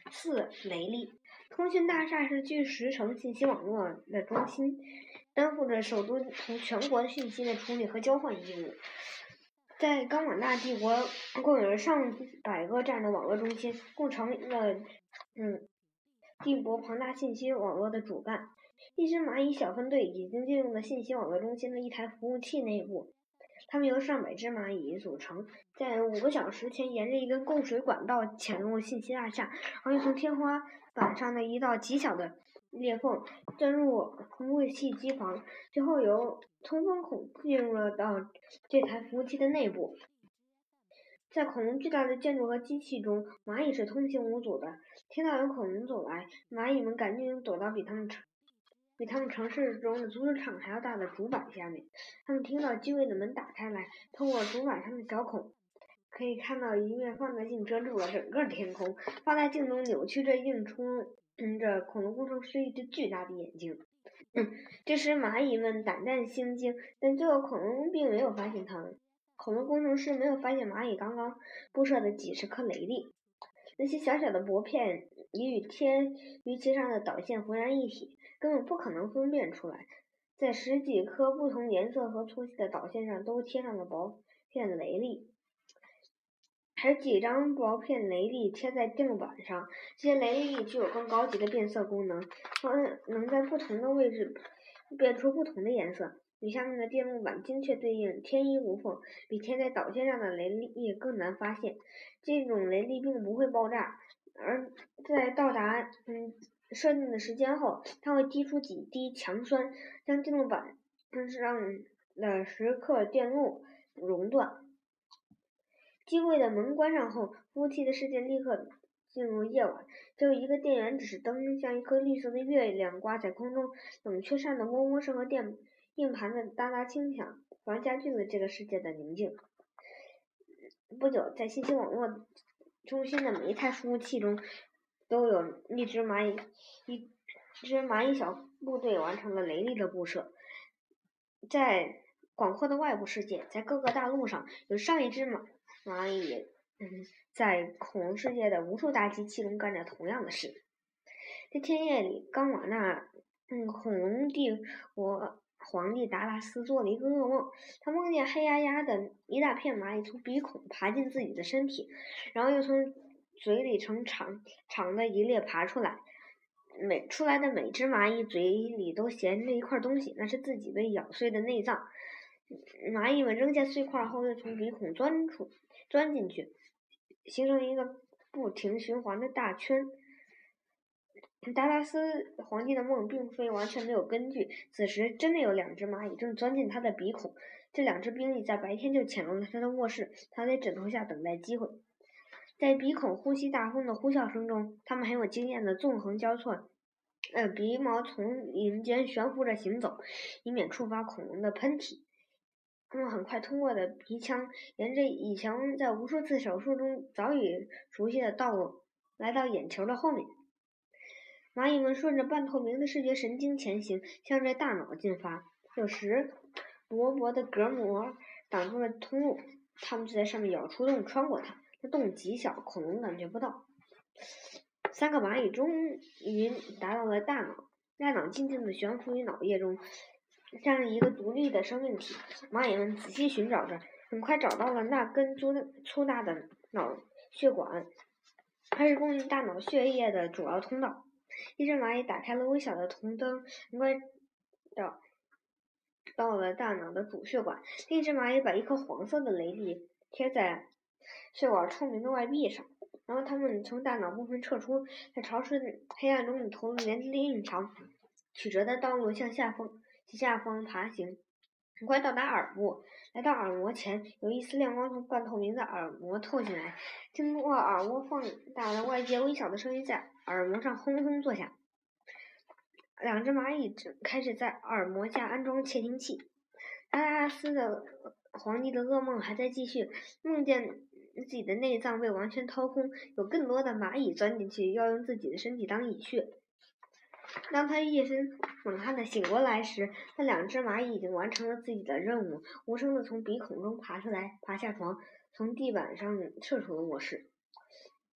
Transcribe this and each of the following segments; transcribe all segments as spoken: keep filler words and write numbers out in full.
四、雷利。通讯大厦是巨石城信息网络的中心，担负着首都同全国的讯息的处理和交换义务。在冈瓦纳帝国，共有上百个这样的网络中心，共成了嗯帝国庞大信息网络的主干。一支蚂蚁小分队已经进入了信息网络中心的一台服务器内部，它们由上百只蚂蚁组成，在五个小时前沿着一根供水管道潜入信息大厦，然后又从天花板上的一道极小的裂缝钻入服务器机房，最后由通风孔进入了到这台服务器的内部。在恐龙巨大的建筑和机器中，蚂蚁是通行无阻的。听到有恐龙走来，蚂蚁们赶紧躲到比他们比他们城市中的足球场还要大的竹板下面。他们听到机柜的门打开来，通过竹板上的小孔，可以看到一面放大镜遮住了整个天空。放大镜中扭曲着映出嗯着恐龙工程师一只巨大的眼睛。嗯，这时蚂蚁们胆战心惊，但最后恐龙并没有发现它们。恐龙工程师没有发现蚂蚁刚刚布设的几十颗雷粒，那些小小的薄片已与贴于其上的导线浑然一体，根本不可能分辨出来。在十几颗不同颜色和粗细的导线上都贴上了薄片雷粒，还有几张薄片雷粒贴在电路板上。这些雷粒具有更高级的变色功能，能在不同的位置变出不同的颜色，与下面的电路板精确对应，天衣无缝，比贴在导线上的雷粒更难发现。这种雷粒并不会爆炸，而在到达嗯设定的时间后，它会滴出几滴强酸，将电路板上的时刻电路熔断。机柜的门关上后，服务器的世界立刻进入夜晚，只有一个电源指示灯像一颗绿色的月亮挂在空中，冷却扇的嗡嗡声和电硬盘的哒哒轻响，反而加剧了这个世界的宁静。不久，在信息网络中心的每一台服务器中，都有一只蚂蚁一只蚂蚁小部队完成了雷利的布设。在广阔的外部世界，在各个大陆上，有上一只蚂蚂蚁嗯，在恐龙世界的无数大机器中干着同样的事。在天夜里，冈瓦纳嗯恐龙帝国皇帝达拉斯做了一个噩梦，他梦见黑压压的一大片蚂蚁从鼻孔爬进自己的身体，然后又从嘴里呈长长的一列爬出来。每出来的每只蚂蚁嘴里都衔着一块东西，那是自己被咬碎的内脏。蚂蚁们扔下碎块后，又从鼻孔钻出钻进去，形成一个不停循环的大圈。达拉斯皇帝的梦并非完全没有根据，此时真的有两只蚂蚁正钻进他的鼻孔。这两只兵力在白天就潜入了他的卧室，藏在枕头下等待机会。在鼻孔呼吸大风的呼啸声中，他们很有经验的纵横交错，呃，鼻毛从林间悬浮着行走，以免触发恐龙的喷嚏。他们很快通过的鼻腔，沿着以前在无数次手术中早已熟悉的道路，来到眼球的后面。蚂蚁们顺着半透明的视觉神经前行，向着大脑进发。有时，薄薄的隔膜挡住了通路，它们就在上面咬出洞，穿过它。这洞极小，恐龙感觉不到。三个蚂蚁终于达到了大脑，大脑静静地悬浮于脑叶中，像是一个独立的生命体。蚂蚁们仔细寻找着，很快找到了那根粗粗大的脑血管，它是供应大脑血液的主要通道。一只蚂蚁打开了微小的铜灯，很快找到了大脑的主血管。另一只蚂蚁把一颗黄色的雷粒贴在血管透明的外壁上，然后它们从大脑部分撤出，在潮湿的黑暗中，投入连着另一条曲折的道路向下方下方爬行。很快到达耳部，来到耳膜前，有一丝亮光从半透明的耳膜透进来，经过耳蜗放大的外界微小的声音在耳膜上轰轰作响。两只蚂蚁开始在耳膜下安装窃听器。达拉斯的皇帝的噩梦还在继续，梦见自己的内脏被完全掏空，有更多的蚂蚁钻进去，要用自己的身体当蚁穴。当他夜深猛悍地醒过来时，那两只蚂蚁已经完成了自己的任务，无声地从鼻孔中爬出来，爬下床，从地板上撤出了卧室。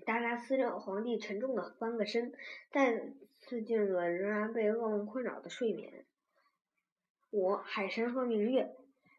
达拉斯皇帝沉重地翻个身，再次进入了仍然被噩梦困扰的睡眠。我，海神和明月，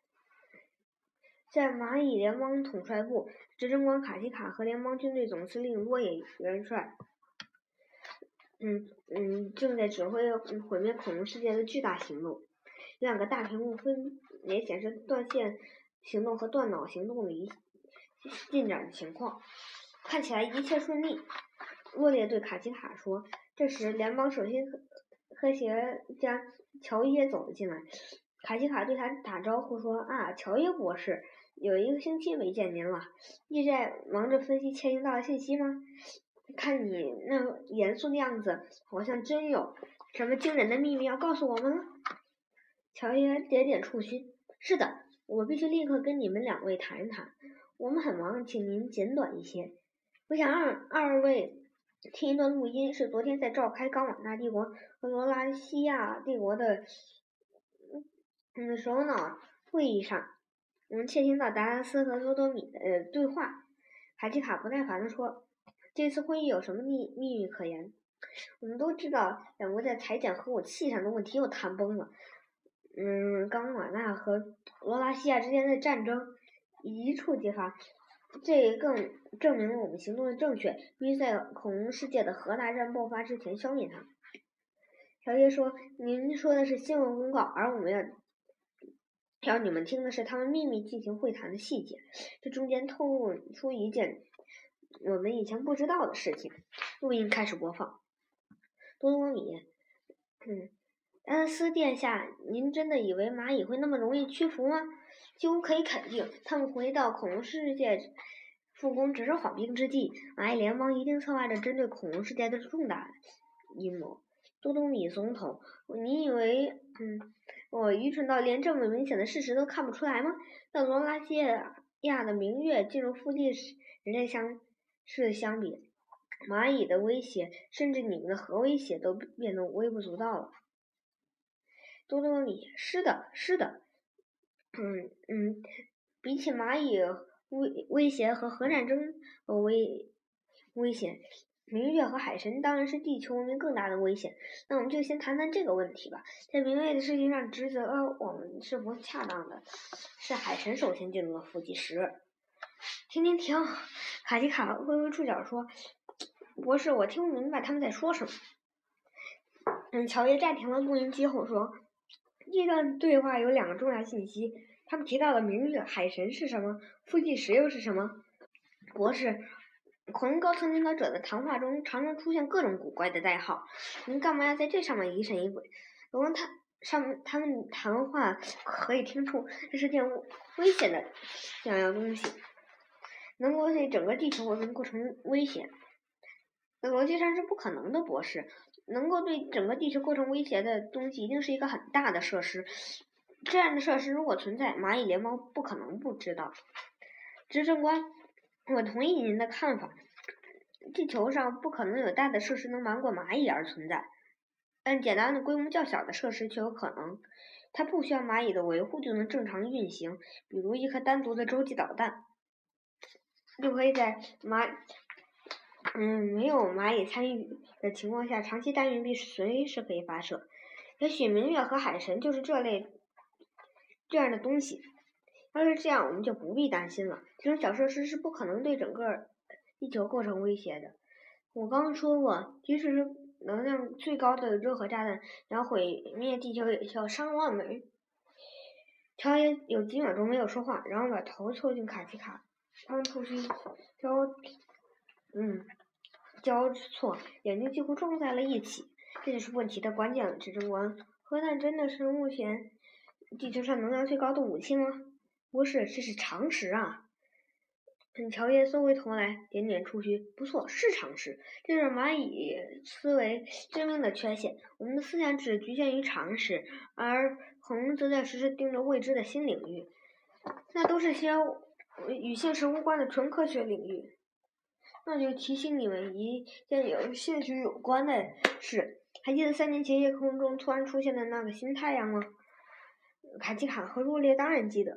在蚂蚁联邦统帅部，执政官卡西卡和联邦军队总司令洛野元帅，嗯嗯，正在指挥毁灭恐龙世界的巨大行动。两个大屏幕分别显示断线行动和断脑行动的进展的情况，看起来一切顺利。洛烈对卡西卡说。这时，联邦首席科学家乔耶走了进来。卡西卡对他打招呼说：“啊，乔耶博士，有一个星期没见您了，一直在忙着分析窃听到的信息吗？看你那严肃的样子，好像真有什么惊人的秘密要告诉我们了。”乔耶点点触须：“是的，我必须立刻跟你们两位谈一谈。我们很忙，请您简短一些。我想让二位听一段录音，是昨天在召开冈瓦纳帝国和罗拉西亚帝国的嗯首脑会议上，我们窃听到达拉斯和多多米的、呃、对话。”卡基卡不耐烦地说：“这次会议有什么秘秘密可言？我们都知道，两国在裁减核武器上的问题又谈崩了。嗯，冈瓦纳和罗拉西亚之间的战争一触即发，这更证明了我们行动的正确，必须在恐龙世界的核大战爆发之前消灭它。”乔耶说：“您说的是新闻公告，而我们要要你们听的是他们秘密进行会谈的细节。这中间透露出一件我们以前不知道的事情。”录音开始播放。多多米，嗯，安斯殿下，您真的以为蚂蚁会那么容易屈服吗？几乎可以肯定，他们回到恐龙世界复工只是缓兵之计。蚂蚁联邦一定策划着针对恐龙世界的重大阴谋。多多米总统，你以为嗯，我愚蠢到连这么明显的事实都看不出来吗？在罗拉西亚的明月进入腹地时，人类相是相比，蚂蚁的威胁，甚至你们的核威胁都变得微不足道了。多多米，是的，是的，嗯嗯，比起蚂蚁威威胁和核战争威危险，明月和海神当然是地球文明更大的危险。那我们就先谈谈这个问题吧。在明月的事情上职责我们是不恰当的，是海神首先进入了伏击室。停停停！卡迪卡微微触角说：“博士，我听不明白他们在说什么。”嗯，乔耶暂停了录音机后说：“这段对话有两个重要信息，他们提到的明月、海神是什么，伏击室又是什么？”博士，恐龙高层领导者的谈话中常常出现各种古怪的代号，您干嘛要在这上面疑神疑鬼？如果他上面他们谈话可以听出这是件危险的两样东西，能够对整个地球文明构成威胁。逻辑上是不可能的，博士。能够对整个地球构成威胁的东西一定是一个很大的设施，这样的设施如果存在，蚂蚁联盟不可能不知道。执政官，我同意您的看法，地球上不可能有大的设施能瞒过蚂蚁而存在，但简单的规模较小的设施却有可能，它不需要蚂蚁的维护就能正常运行，比如一颗单独的洲际导弹，就可以在蚂嗯没有蚂蚁参与的情况下长期单元臂随时可以发射。也许明月和海神就是这类这样的东西。要是这样，我们就不必担心了。这种小设施是不可能对整个地球构成威胁的。我刚刚说过，即使是能量最高的热核炸弹，要毁灭地球也需要上万枚。乔耶有几秒钟没有说话，然后把头凑近卡西卡，他们触须交嗯交错，眼睛几乎撞在了一起。这就是问题的关键了，执政官。核弹真的是目前地球上能量最高的武器吗？不是，这是常识啊。乔耶缩回头来，点点触须。不错，是常识。这是蚂蚁思维致命的缺陷。我们的思想只局限于常识，而恐龙则在时时盯着未知的新领域。那都是些与现实无关的纯科学领域。那就提醒你们一件有兴趣有关的事。还记得三年前夜空中突然出现的那个新太阳吗？卡基卡和若烈当然记得。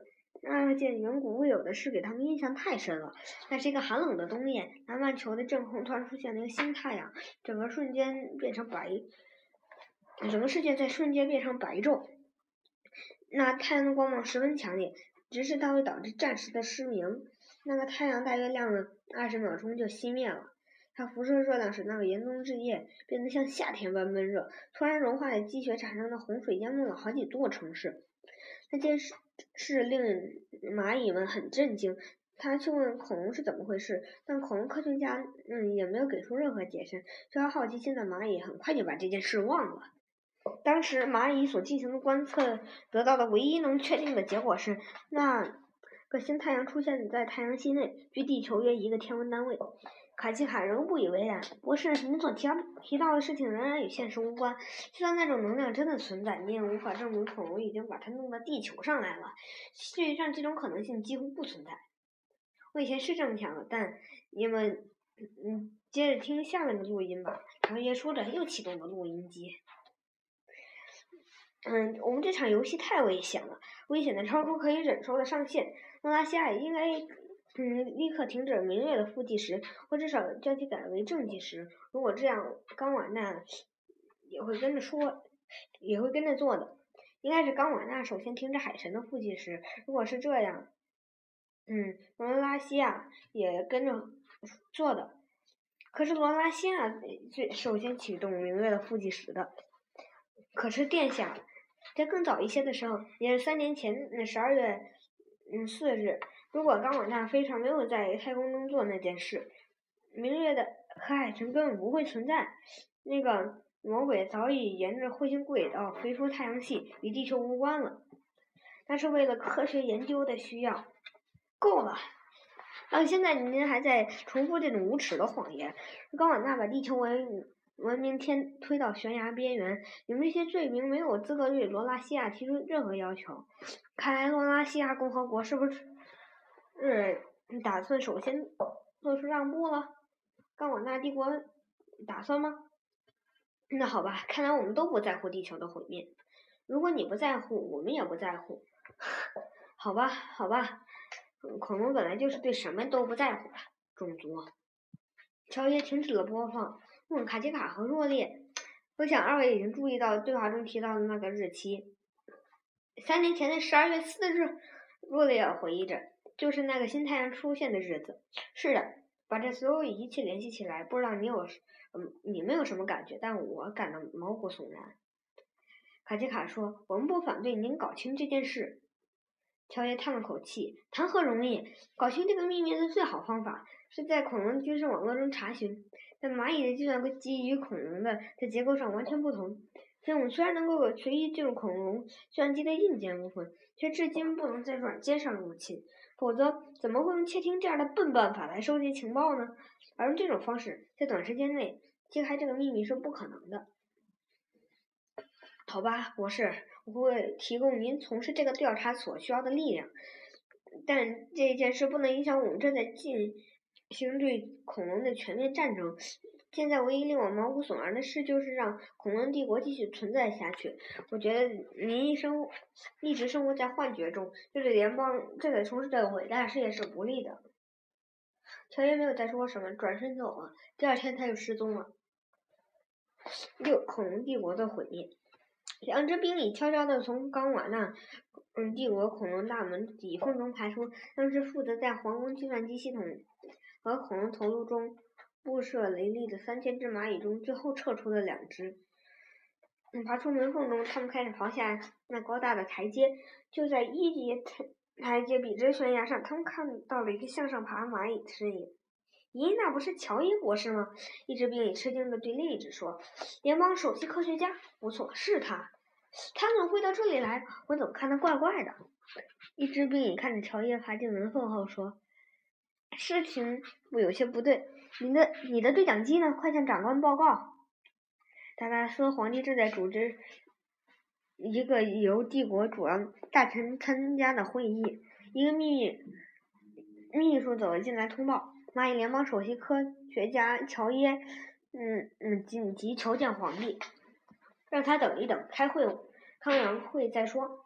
那件远古未有的事给他们印象太深了。那是一个寒冷的冬夜，南半球的正空突然出现了一个新太阳，整个瞬间变成白，整个世界在瞬间变成白昼。那太阳的光芒十分强烈，直至它会导致暂时的失明。那个太阳大约亮了二十秒钟就熄灭了，它辐射热量使那个严冬之夜变得像夏天般闷热，突然融化的积雪产生的洪水淹没了好几座城市。那件事是令蚂蚁们很震惊，他去问恐龙是怎么回事，但恐龙科学家嗯也没有给出任何解释。就要好奇心的蚂蚁很快就把这件事忘了。当时蚂蚁所进行的观测得到的唯一能确定的结果是，那个新太阳出现在太阳系内，距地球约一个天文单位。卡奇卡仍不以为然，博士，您所提到提到的事情仍然与现实无关。就算那种能量真的存在，你也无法证明恐龙已经把它弄到地球上来了。事实上，这种可能性几乎不存在。我以前是这么想的，但你们嗯接着听下面的录音吧。长爷说着，又启动了录音机。嗯，我们这场游戏太危险了，危险的超出可以忍受的上限。诺拉西亚应该嗯立刻停止明月的副计时，或至少将其改为正计时。如果这样，冈瓦纳也会跟着说，也会跟着做的。应该是冈瓦纳首先停止海神的副计时。如果是这样，嗯，罗拉西亚也跟着做的。可是罗拉西亚最首先启动明月的副计时的。可是殿下，在更早一些的时候，也是三年前那十二月嗯四日，如果冈瓦纳飞船没有在太空中做那件事，明月的和海神根本不会存在。那个魔鬼早已沿着彗星轨道飞出太阳系，与地球无关了。那是为了科学研究的需要。够了！到现在您还在重复这种无耻的谎言。冈瓦纳把地球文文明天推到悬崖边缘，你们这些罪名没有资格对罗拉西亚提出任何要求。看来罗拉西亚共和国是不是是打算首先做出让步了？冈瓦纳帝国打算吗？那好吧，看来我们都不在乎地球的毁灭。如果你不在乎，我们也不在乎。好吧，好吧。恐龙本来就是对什么都不在乎的种族。乔爷停止了播放，问卡奇卡和若烈：“我想二位已经注意到对话中提到的那个日期，三年前的十二月四日。”若烈回忆着，就是那个新太阳出现的日子。是的，把这所有一切联系起来，不知道你有嗯你们有什么感觉，但我感到毛骨悚然。卡奇卡说：“我们不反对您搞清这件事。”乔爷叹了口气，谈何容易！搞清这个秘密的最好方法是在恐龙军事网络中查询。但蚂蚁的计算机与恐龙的在结构上完全不同。所以我们虽然能够随意进入恐龙计算机的硬件部分，却至今不能在软件上入侵。否则，怎么会用窃听这样的笨办法来收集情报呢？而用这种方式，在短时间内揭开这个秘密是不可能的。好吧，博士，我会提供您从事这个调查所需要的力量，但这件事不能影响我们正在进行对恐龙的全面战争。现在唯一令我毛骨悚然的事就是让恐龙帝国继续存在下去。我觉得您一生一直生活在幻觉中，这对联邦这对从事这个伟大事业是不利的。乔爷没有再说什么，转身走了。第二天他就失踪了。六，恐龙帝国的毁灭。两支兵蚁悄悄地从冈瓦纳嗯帝国恐龙大门底缝中排出，当时负责在皇宫计算机系统和恐龙头颅中布设雷利的三千只蚂蚁中最后撤出的两只。嗯，爬出门缝中，他们开始跑下那高大的台阶。就在一级台台阶笔直悬崖上，他们看到了一个向上爬蚂蚁的身影。咦，那不是乔伊博士吗？一只兵蚁吃惊地对另一只说：“联邦首席科学家，不错，是他。他怎么会到这里来？我怎么看他怪怪的？”一只兵蚁看着乔伊爬进门缝后说：“事情不有些不对。你的你的对讲机呢？快向长官报告。”达达斯皇帝正在组织一个由帝国主要大臣参加的会议。一个秘密秘书走了进来通报。蚂蚁联邦首席科学家乔耶，嗯嗯，紧急求见皇帝，让他等一等，开会开完会再说。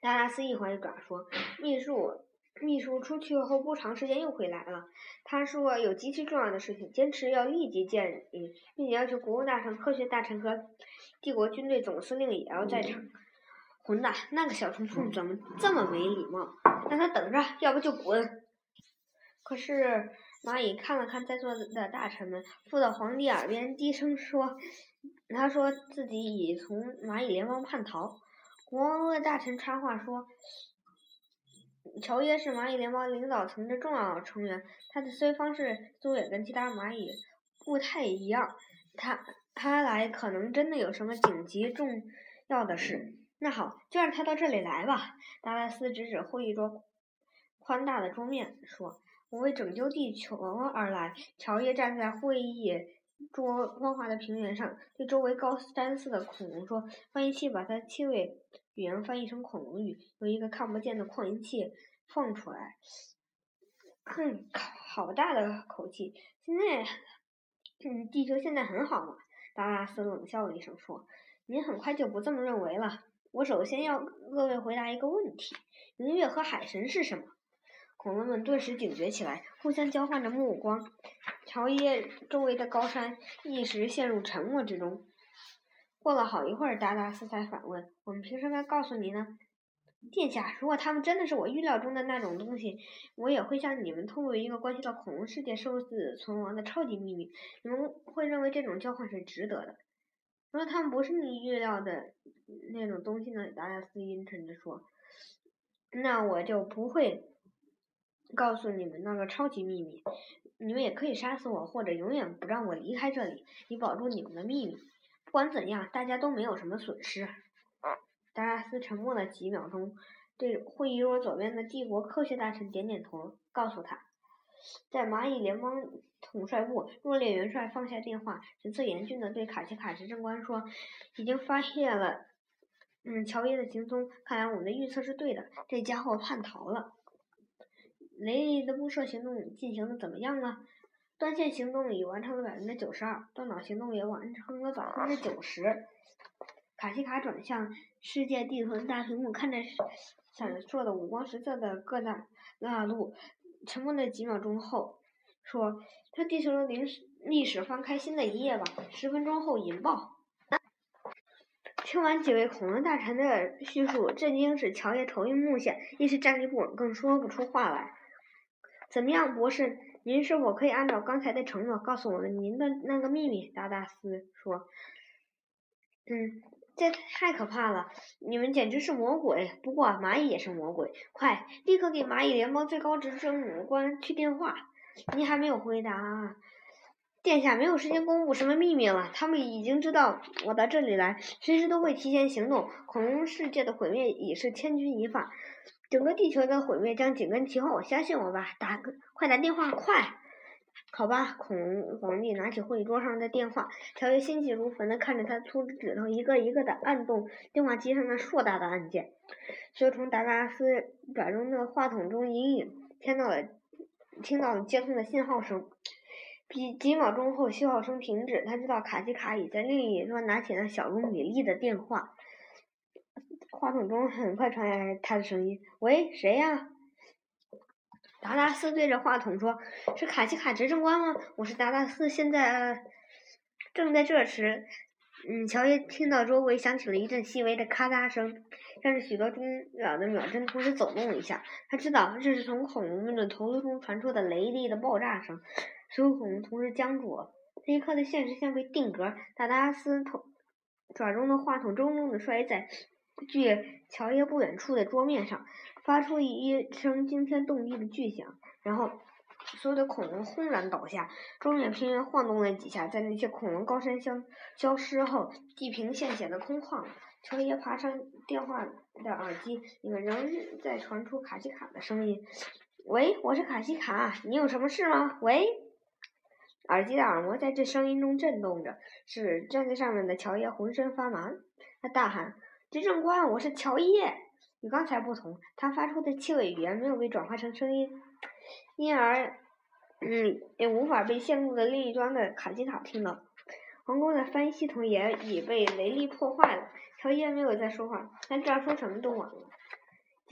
达拉斯一怀爪说：“秘书，秘书出去后不长时间又回来了。他说有极其重要的事情，坚持要立即见你，并且要求国务大臣、科学大臣和帝国军队总司令也要在场。”混蛋，那个小虫虫怎么这么没礼貌？让他等着，要不就滚！可是蚂蚁看了看在座的大臣们，附到皇帝耳边低声说：“他说自己已从蚂蚁联邦叛逃。”国王的大臣插话说：“乔耶是蚂蚁联邦领导层的重要成员，他的思维方式都也跟其他蚂蚁不太一样。他他来可能真的有什么紧急重要的事。那好，就让他到这里来吧。”达拉斯指指会议桌宽大的桌面说：“我为拯救地球而来。”乔耶站在会议桌光滑的平原上，对周围高山似的恐龙说：“翻译器把它七位语言翻译成恐龙语，由一个看不见的扩音器放出来。”哼，好大的口气！现在，嗯，地球现在很好嘛？达拉斯冷笑了一声说：“您很快就不这么认为了。我首先要各位回答一个问题：明月和海神是什么？”恐龙们顿时警觉起来，互相交换着目光。乔耶周围的高山一时陷入沉默之中。过了好一会儿，达拉斯才反问：“我们凭什么要告诉你呢？”“殿下，如果他们真的是我预料中的那种东西，我也会向你们透露一个关系到恐龙世界生死存亡的超级秘密。你们会认为这种交换是值得的。如果他们不是你预料的那种东西呢？”达拉斯阴沉着说：“那我就不会告诉你们那个超级秘密。你们也可以杀死我，或者永远不让我离开这里，以保住你们的秘密。不管怎样，大家都没有什么损失。”达拉斯沉默了几秒钟，对会议桌左边的帝国科学大臣点点头，告诉他：“在蚂蚁联邦统帅部，若列元帅放下电话，神色严峻地对卡奇卡执政官说：‘已经发现了，嗯，乔耶的行踪。看来我们的预测是对的，这家伙叛逃了。’雷利的布设行动进行的怎么样了？断线行动已完成了百分之九十二，断脑行动也完成了百分之九十。”卡西卡转向世界地图的大屏幕，看着闪烁的五光十色的各大大陆，沉默了几秒钟后说：“让地球的历史翻开新的一页吧。十分钟后引爆。”听完几位恐龙大臣的叙述，震惊使乔耶头晕目眩，一时站立不稳，更说不出话来。“怎么样，博士？您是否可以按照刚才的承诺，告诉我们您的那个秘密？”达达斯说。“嗯。这太可怕了！你们简直是魔鬼。不过蚂蚁也是魔鬼。快，立刻给蚂蚁联邦最高执政官去电话。”“您还没有回答啊。”“殿下没有时间公布什么秘密了。他们已经知道我到这里来，随时都会提前行动。恐龙世界的毁灭已是千钧一发，整个地球的毁灭将紧跟其后。相信我吧，打个快打电话，快！”“好吧。”恐龙皇帝拿起会议桌上的电话，乔耶心急如焚地看着他粗指头一个一个地按动电话机上的硕大的按键。随从达拉斯爪中的话筒中隐隐听到了听到了接通的信号声。几几秒钟后，信号声停止。他知道卡西卡已在另一端拿起了小如米粒的电话。话筒中很快传来他的声音：“喂，谁呀？”达拉斯对着话筒说：“是卡西卡执政官吗？我是达拉斯，现在、呃、正在这时。”嗯，乔耶听到周围响起了一阵细微的咔嗒声，像是许多钟表的秒针同时走动了一下。他知道这是从恐龙们的头颅中传出的雷厉的爆炸声。所有恐龙同时僵住了，这一刻的现实像被定格。达拉斯头爪中的话筒重重地摔在距乔耶不远处的桌面上，发出一声惊天动地的巨响，然后所有的恐龙轰然倒下。桌面平原晃动了几下，在那些恐龙高山消消失后，地平线显得空旷。乔耶爬上电话的耳机，里面仍在传出卡西卡的声音：“喂，我是卡西卡，你有什么事吗？喂。”耳机的耳膜在这声音中震动着，使站在上面的乔耶浑身发麻。他大喊：“执政官，我是乔耶！”与刚才不同，他发出的气味语言没有被转化成声音，因而，嗯，也无法被线路的另一端的卡西卡听到。皇宫的翻译系统也已被雷利破坏了。乔耶没有再说话，但这样说什么都晚了。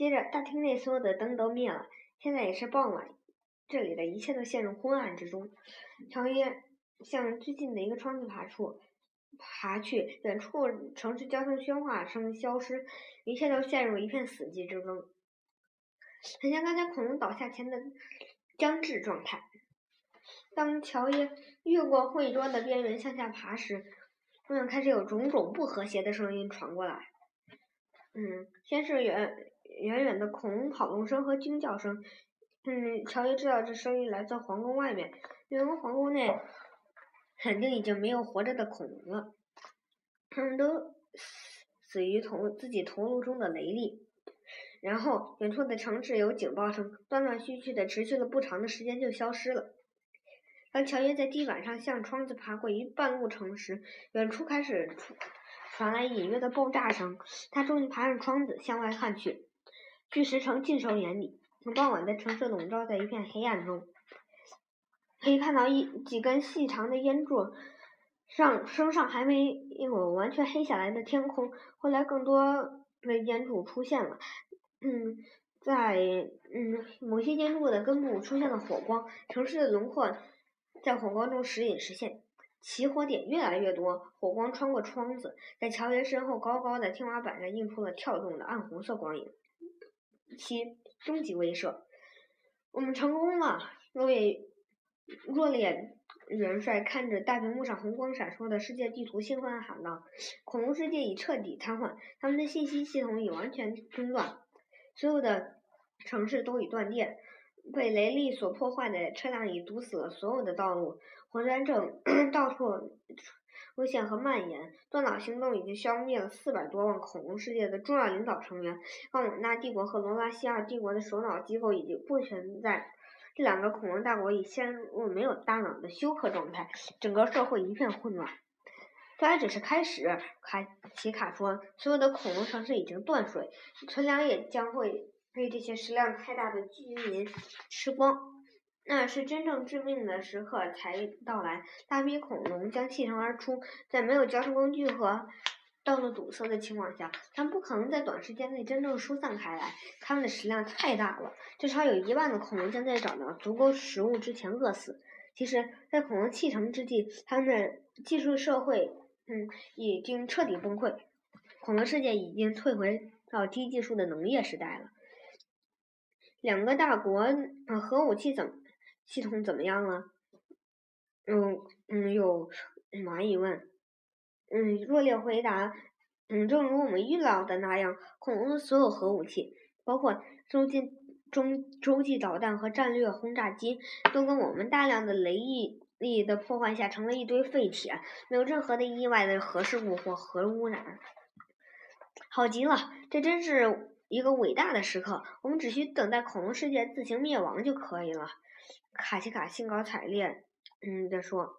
接着，大厅内所有的灯都灭了。现在也是傍晚，这里的一切都陷入昏暗之中。乔耶向最近的一个窗子爬出，爬去，远处城市交通喧哗声消失，一切都陷入一片死寂之中，很像刚才恐龙倒下前的僵滞状态。当乔耶越过会桌的边缘向下爬时，后面开始有种种不和谐的声音传过来。嗯，先是远远远的恐龙跑动声和惊叫声。嗯，乔耶知道这声音来自皇宫外面，因为皇宫内肯定已经没有活着的恐龙了，他们都死于头自己头颅中的雷力。然后远处的城市有警报声，断断续续的持续了不长的时间就消失了。当乔耶在地板上向窗子爬过一半路程时，远处开始传来隐约的爆炸声。他终于爬上窗子，向外看去，巨石城尽收眼里。傍晚的城市笼罩在一片黑暗中，可以看到一几根细长的烟柱上升上还没有完全黑下来的天空。后来更多的烟柱出现了，嗯，在嗯某些烟柱的根部出现了火光，城市的轮廓在火光中时隐时现，起火点越来越多，火光穿过窗子，在乔耶身后高高的天花板上映出了跳动的暗红色光影，其终极威慑。我们成功了！若烈若烈元帅看着大屏幕上红光闪烁的世界地图，兴奋地喊道：“恐龙世界已彻底瘫痪，他们的信息系统已完全中断，所有的城市都已断电，被雷力所破坏的车辆已堵死了所有的道路，火灾正到处出现和蔓延。断岛行动已经消灭了四百多万恐龙世界的重要领导成员。冈瓦纳帝国和罗拉西亚帝国的首脑机构已经不存在，这两个恐龙大国已陷入没有大脑的休克状态，整个社会一片混乱。这还只是开始，卡奇卡说，所有的恐龙城市已经断水，存粮也将会被这些食量太大的居民吃光。那是真正致命的时刻才到来，大批恐龙将弃城而出，在没有交通工具和道路堵塞的情况下，他们不可能在短时间内真正疏散开来，他们的食量太大了，至少有一半的恐龙将在找到足够食物之前饿死。其实，在恐龙弃城之际，他们的技术社会嗯已经彻底崩溃，恐龙世界已经退回到低技术的农业时代了。两个大国呃核武器怎么系统怎么样了？嗯嗯，有蚂蚁问。嗯，若烈回答，嗯，正如我们预料的那样，恐龙的所有核武器，包括洲际中洲际导弹和战略轰炸机，都跟我们大量的雷力的破坏下成了一堆废铁，没有任何的意外的核事故或核污染。好极了，这真是一个伟大的时刻，我们只需等待恐龙世界自行灭亡就可以了。卡奇卡兴高采烈嗯地说。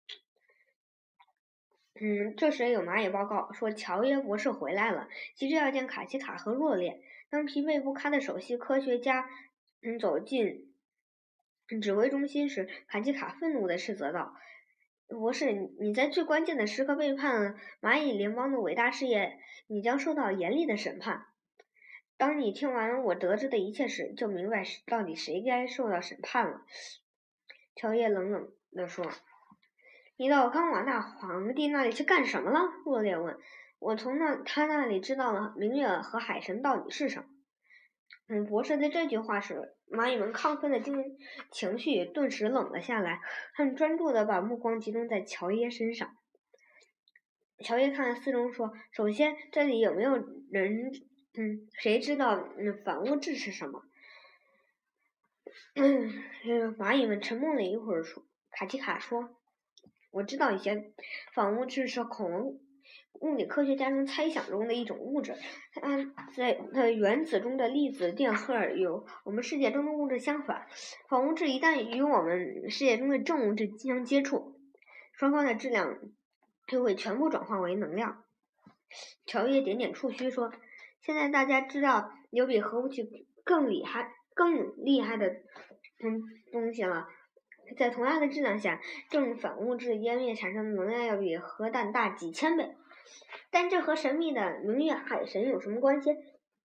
嗯，这时有蚂蚁报告说乔耶博士回来了，急着要见卡奇卡和若烈。当疲惫不堪的首席科学家嗯走进指挥中心时，卡奇卡愤怒地斥责道：“博士，你在最关键的时刻背叛了蚂蚁联邦的伟大事业，你将受到严厉的审判。”当你听完我得知的一切时，就明白到底谁该受到审判了。乔耶冷冷地说。你到冈瓦纳皇帝那里去干什么了？若烈问。我从那他那里知道了明月和海神到底是什么。嗯，博士在这句话时，蚂蚁们亢奋的情情绪顿时冷了下来，他们专注地把目光集中在乔耶身上。乔耶看了四周说：“首先，这里有没有人？嗯，谁知道嗯反物质是什么？”嗯，蚂蚁们沉默了一会儿，说：“卡奇卡说。”我知道一些反物质是恐龙物理科学家中猜想中的一种物质，它在它原子中的粒子电荷与我们世界中的物质相反。反物质一旦与我们世界中的正物质相接触，双方的质量就会全部转化为能量。乔耶点点触须说：“现在大家知道有比核武器更厉害、更厉害的嗯东西了。”在同样的质量下，正反物质湮灭产生的能量要比核弹大几千倍。但这和神秘的明月海神有什么关系？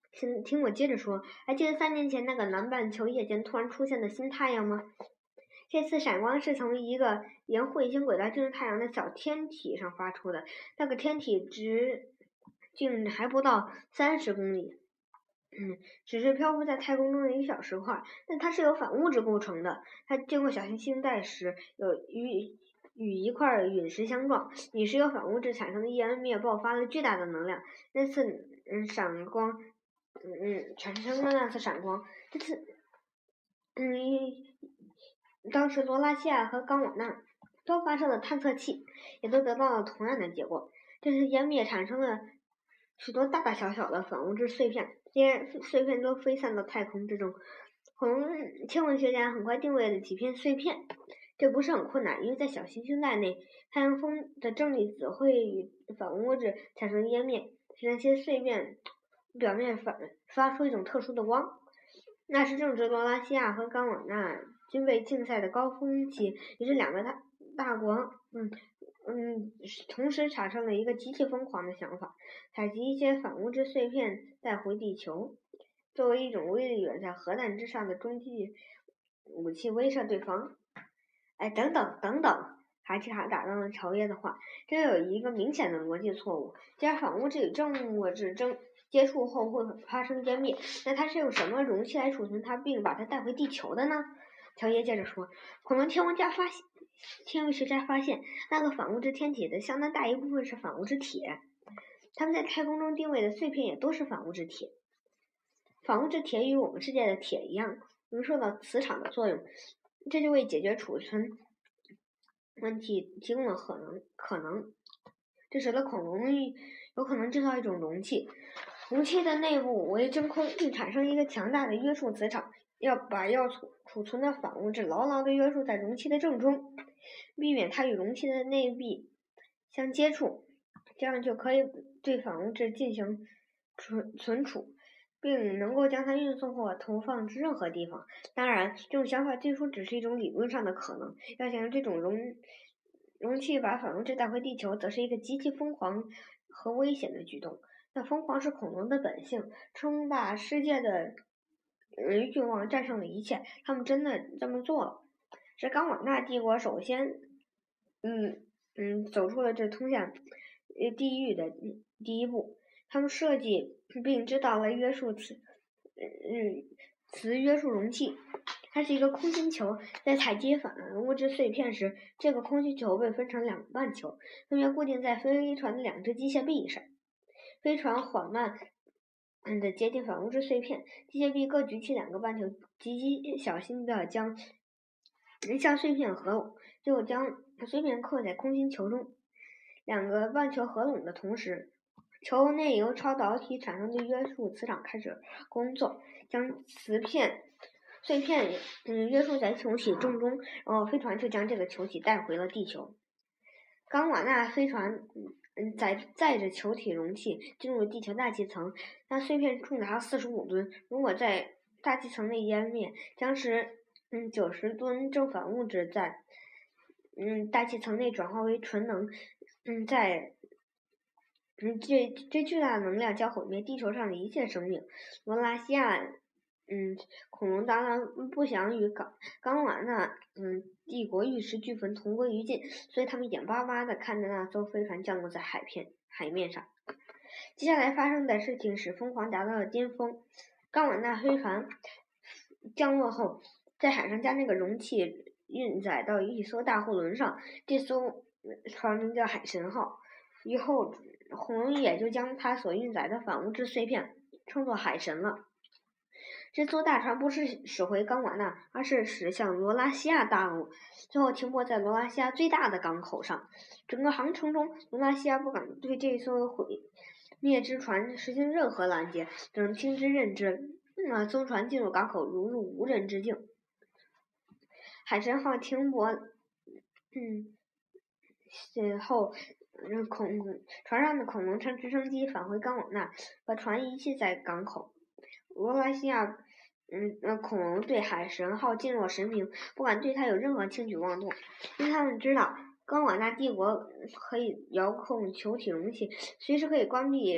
请听我接着说，还记得三年前那个南半球夜间突然出现的新太阳吗？这次闪光是从一个沿彗星轨道进入太阳的小天体上发出的，那个天体直径还不到三十公里，嗯，只是漂浮在太空中的一小石块，但它是由反物质构成的。它经过小行星带时，有与与一块陨石相撞，陨石由反物质产生的湮灭爆发了巨大的能量。那次嗯闪光，嗯嗯产生了那次闪光，这次嗯。当时罗拉西亚和冈瓦纳都发射了探测器，也都得到了同样的结果。这次湮灭产生了许多大大小小的反物质碎片，这些碎片都飞散到太空之中。恐龙天文学家很快定位了几片碎片，这不是很困难，因为在小行星带内，太阳风的正离子会与反物质产生湮灭，使那些碎片表面发发出一种特殊的光。那是正值罗拉西亚和冈瓦纳军备竞赛的高峰期，于是两个大大国，嗯嗯，同时产生了一个极其疯狂的想法：采集一些反物质碎片带回地球，作为一种威力远在核弹之上的终极武器威慑对方。哎，等等等等！哈奇卡打断了乔耶的话，这有一个明显的逻辑错误。既然反物质与正物质争接触后会发生湮灭，那它是用什么容器来储存它，并把它带回地球的呢？乔耶接着说，恐龙天文家发现，天文学家发现，那个反物质天体的相当大一部分是反物质铁，它们在太空中定位的碎片也都是反物质铁。反物质铁与我们世界的铁一样，能受到磁场的作用，这就为解决储存问题提供了可能可能，这使得恐龙有可能制造一种容器，容器的内部为真空，并产生一个强大的约束磁场，要把要储储存的反物质牢牢地约束在容器的正中，避免它与容器的内壁相接触，这样就可以对反物质进行存存储，并能够将它运送或投放至任何地方。当然，这种想法最初只是一种理论上的可能，要想用这种容容器把反物质带回地球，则是一个极其疯狂和危险的举动。那疯狂是恐龙的本性，称霸世界的欲望战胜了一切，他们真的这么做了。是冈瓦纳帝国首先，嗯嗯，走出了这通向呃地狱的第一步。他们设计并知道了约束磁，嗯，磁约束容器。它是一个空心球，在采集反物质碎片时，这个空心球被分成两个半球，分别固定在飞船的两只机械臂上。飞船缓慢的接近反物质碎片，机械臂各举起两个半球，极其小心地将将碎片合拢，最后将碎片扣在空心球中。两个半球合拢的同时，球内由超导体产生的约束磁场开始工作，将磁片碎片嗯约束在球体正中，然后飞船就将这个球体带回了地球。冈瓦纳飞船嗯载载着球体容器进入地球大气层，那碎片重达四十五吨，如果在大气层内湮灭，将使嗯九十吨正反物质在嗯大气层内转化为纯能，嗯在嗯这这巨大的能量将毁灭地球上的一切生命。罗拉西亚嗯恐龙当然不想与冈冈瓦纳嗯帝国玉石俱焚同归于尽，所以他们眼巴巴地看着那艘飞船降落在海片海面上。接下来发生的事情使疯狂达到了巅峰。冈瓦纳飞船降落后，在海上将那个容器运载到一艘大货轮上，这艘船名叫海神号。以后恐龙也就将它所运载的反物质碎片称作海神了。这艘大船不是驶回冈瓦纳，而是驶向罗拉西亚大陆，最后停泊在罗拉西亚最大的港口上。整个航程中，罗拉西亚不敢对这艘毁灭之船实行任何拦截，只能听之任之。那艘船进入港口如入无人之境。海神号停泊，嗯，后，嗯，恐船上的恐龙乘直升机返回冈瓦纳，把船遗弃在港口。罗拉西亚，嗯，呃，恐龙对海神号敬若神明，不敢对它有任何轻举妄动，因为他们知道冈瓦纳帝国可以遥控球体容器，随时可以关闭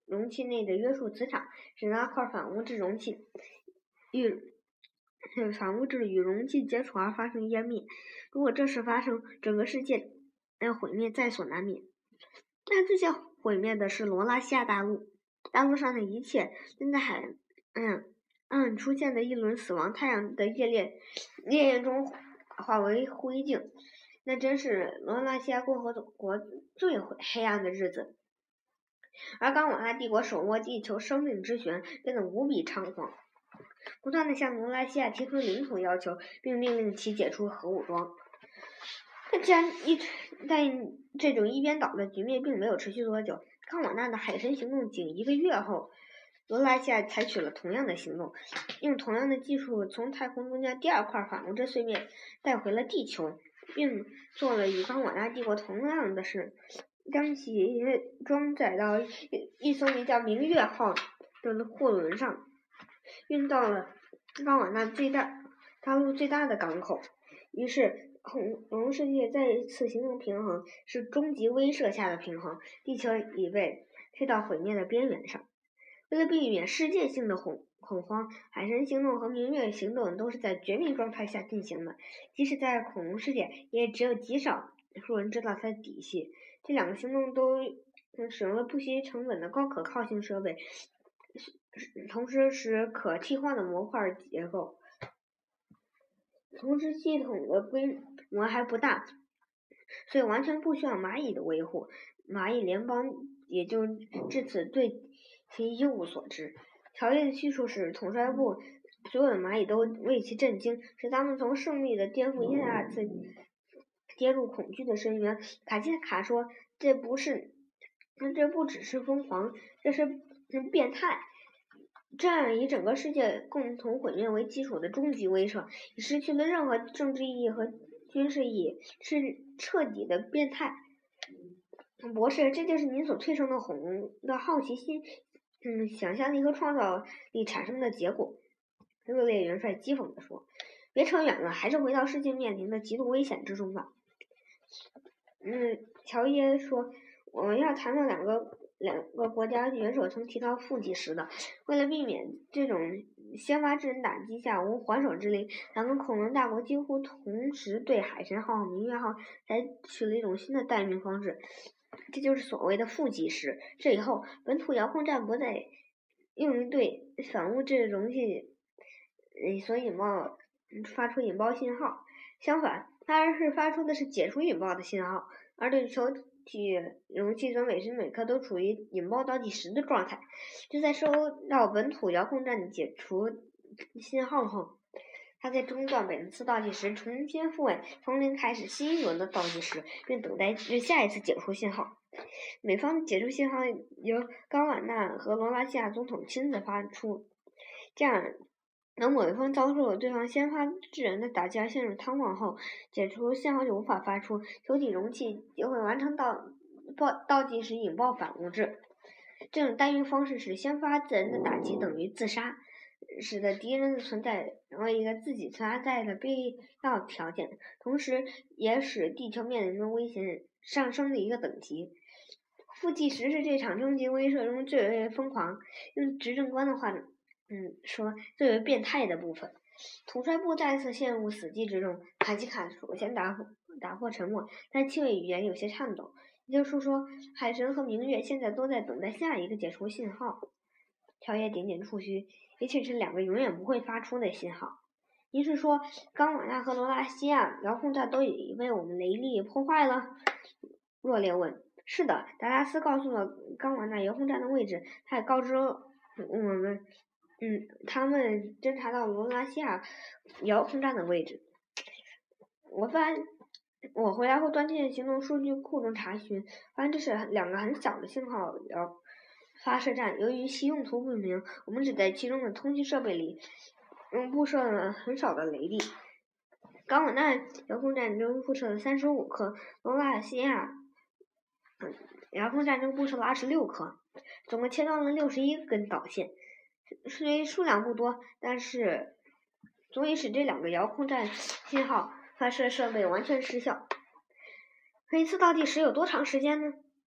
容器内的约束磁场，使那块反物质容器与反物质与容器接触而发生湮灭。如果这时发生，整个世界的毁灭在所难免。但最先毁灭的是罗拉西亚大陆，大陆上的一切正在海嗯嗯出现的一轮死亡太阳的烈焰烈焰中化为灰烬。那真是罗拉西亚共和国最黑暗的日子。而冈瓦纳帝国手握地球生命之泉，变得无比猖狂，不断地向罗拉西亚提出领土要求，并命令其解除核武装。但既然一但这种一边倒的局面并没有持续多久。冈瓦纳的海神行动仅一个月后，罗拉西亚采取了同样的行动，用同样的技术从太空中将第二块反物质碎片带回了地球，并做了与冈瓦纳帝国同样的事，将其装载到一艘名叫明月号的货轮上，运到了冈瓦纳最大大陆最大的港口。于是恐龙世界再一次形成平衡，是终极威慑下的平衡，地球已被推到毁灭的边缘上。为了避免世界性的恐恐慌，海神行动和明月行动都是在绝密状态下进行的，即使在恐龙世界，也只有极少数人知道它的底细。这两个行动都使用了不惜成本的高可靠性设备，同时使可替换的模块结构。同时系统的规模还不大，所以完全不需要蚂蚁的维护，蚂蚁联邦也就至此对其一无所知。条约的叙述使统帅部所有的蚂蚁都为其震惊，使他们从胜利的颠覆一下子跌入恐惧的深渊。卡基卡说，这不是这不只是疯狂，这是变态。这样以整个世界共同毁灭为基础的终极威慑，已失去了任何政治意义和军事意义，是彻底的变态。博士，这就是您所推崇的恐龙的好奇心、嗯，想象力和创造力产生的结果。热烈元帅讥讽地说：“别扯远了，还是回到世界面临的极度危险之中吧。”嗯，乔耶说：“我们要谈到两个。”两个国家元首曾提到副计时的，为了避免这种先发制人打击下无还手之力，两个恐龙大国几乎同时对海神号和明月号采取了一种新的待命方式，这就是所谓的副计时。这以后，本土遥控站不再用于对反物质容器所引爆发出引爆信号，相反，它是发出的是解除引爆的信号，而对球体容器则每时每刻都处于引爆倒计时的状态。就在收到本土遥控站的解除信号后，它在中断本次倒计时，重新复位，从零开始新一轮的倒计时，并等待下一次解除信号。美方的解除信号由冈瓦纳和罗拉西亚总统亲自发出，这样当某一方遭受了对方先发制人的打击而陷入瘫痪后，解除信号就无法发出，球体容器就会完成倒倒倒计时引爆反物质。这种待运方式使先发制人的打击等于自杀，使得敌人的存在成为一个自己存在的必要条件，同时也使地球面临的危险上升的一个等级。副计时是这场终极威慑中最为疯狂，用执政官的话嗯，说最为变态的部分。统帅部再次陷入死寂之中，卡基卡首先打破打破沉默，但气味语言有些颤抖。也就是说，海神和明月现在都在等待下一个解除信号。乔叶点点触须，也许是两个永远不会发出的信号。您是说，冈瓦纳和罗拉西亚遥控站都已被我们雷利破坏了？若烈问。是的，达拉斯告诉了冈瓦纳遥控站的位置，他也告知我们。嗯，他们侦察到罗拉西亚遥控站的位置。我发，我回来后断电行动数据库中查询，发现这是两个很小的信号遥发射站。由于其用途不明，我们只在其中的通讯设备里用布设了很少的雷粒。冈瓦纳遥控站中布设了三十五颗，罗拉西亚嗯遥控站中布设了二十六颗，总共切断了六十一根导线。虽数量不多，但是足以使这两个遥控站信号发射设备完全失效。每次倒计时有多长时间呢？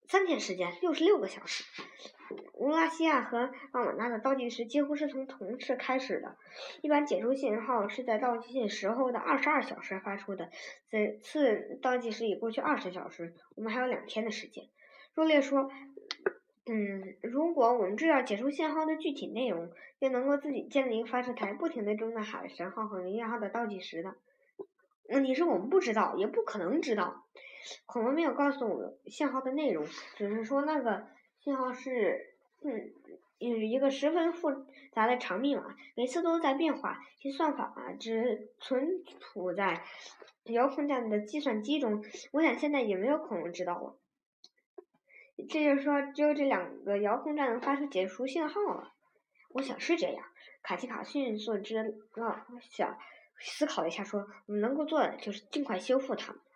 三天时间，六十六个小时。乌拉西亚和冈瓦纳的倒计时几乎是从同时开始的。一般解除信号是在倒计时后的二十二小时发出的，此次倒计时已过去二十小时，我们还有两天的时间。若烈说，嗯，如果我们知道解除信号的具体内容，就能够自己建立一个发射台，不停地中断海神号和明月号的倒计时的。问题是我们不知道，也不可能知道。恐龙没有告诉我们信号的内容，只是说那个信号是嗯一个十分复杂的长密码，每次都在变化，其算法啊只存储在遥控站的计算机中。我想现在也没有恐龙知道了。这就是说，只有这两个遥控站能发出解除信号了。我想是这样。卡奇卡迅速知了想思考了一下，说：“我们能够做的就是尽快修复它们。”